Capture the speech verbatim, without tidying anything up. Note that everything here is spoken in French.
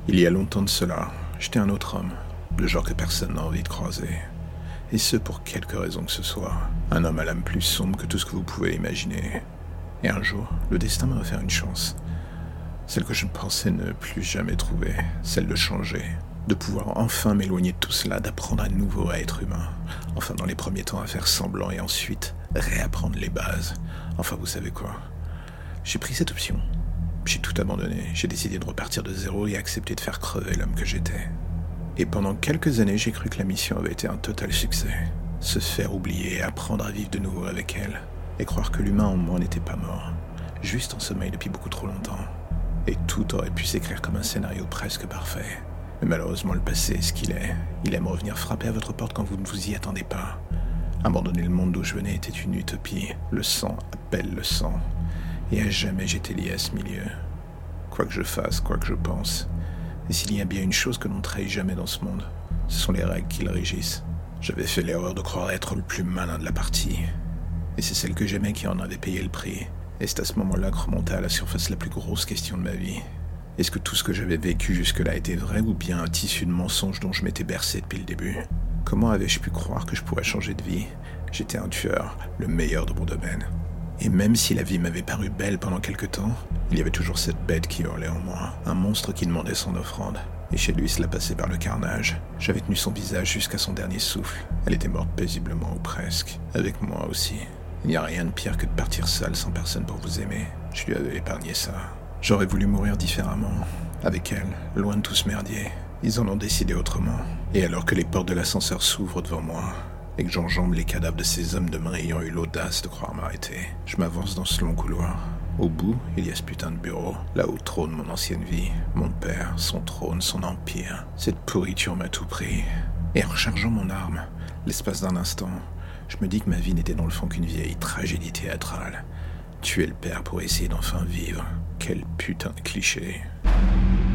Il y a longtemps de cela, j'étais un autre homme, le genre que personne n'a envie de croiser. Et ce pour quelque raison que ce soit. Un homme à l'âme plus sombre que tout ce que vous pouvez imaginer. Et un jour, le destin m'a offert une chance. Celle que je pensais ne plus jamais trouver. Celle de changer. De pouvoir enfin m'éloigner de tout cela, d'apprendre à nouveau à être humain. Enfin, dans les premiers temps, à faire semblant et ensuite réapprendre les bases. Enfin, vous savez quoi. J'ai pris cette option. J'ai tout abandonné. J'ai décidé de repartir de zéro et accepter de faire crever l'homme que j'étais. Et pendant quelques années, j'ai cru que la mission avait été un total succès. Se faire oublier et apprendre à vivre de nouveau avec elle. Et croire que l'humain en moi n'était pas mort. Juste en sommeil depuis beaucoup trop longtemps. Et tout aurait pu s'écrire comme un scénario presque parfait. Mais malheureusement, le passé est ce qu'il est. Il aime revenir frapper à votre porte quand vous ne vous y attendez pas. Abandonner le monde d'où je venais était une utopie. Le sang appelle le sang. Et à jamais j'étais lié à ce milieu. Quoi que je fasse, quoi que je pense. Et s'il y a bien une chose que l'on ne trahit jamais dans ce monde, ce sont les règles qui le régissent. J'avais fait l'erreur de croire être le plus malin de la partie. Et c'est celle que j'aimais qui en avait payé le prix. Et c'est à ce moment-là que remonta à la surface la plus grosse question de ma vie. Est-ce que tout ce que j'avais vécu jusque-là était vrai ou bien un tissu de mensonges dont je m'étais bercé depuis le début? Comment avais-je pu croire que je pourrais changer de vie? J'étais un tueur, le meilleur de mon domaine. Et même si la vie m'avait paru belle pendant quelque temps, il y avait toujours cette bête qui hurlait en moi, un monstre qui demandait son offrande. Et chez lui, cela passait par le carnage. J'avais tenu son visage jusqu'à son dernier souffle. Elle était morte paisiblement ou presque, avec moi aussi. Il n'y a rien de pire que de partir seul sans personne pour vous aimer. Je lui avais épargné ça. J'aurais voulu mourir différemment, avec elle, loin de tout ce merdier. Ils en ont décidé autrement. Et alors que les portes de l'ascenseur s'ouvrent devant moi, et que j'enjambe les cadavres de ces hommes de main ayant eu l'audace de croire m'arrêter, je m'avance dans ce long couloir. Au bout, il y a ce putain de bureau, là où trône mon ancienne vie, mon père, son trône, son empire. Cette pourriture m'a tout pris. Et en rechargeant mon arme, l'espace d'un instant, je me dis que ma vie n'était dans le fond qu'une vieille tragédie théâtrale. Tuer le père pour essayer d'enfin vivre. Quel putain de cliché.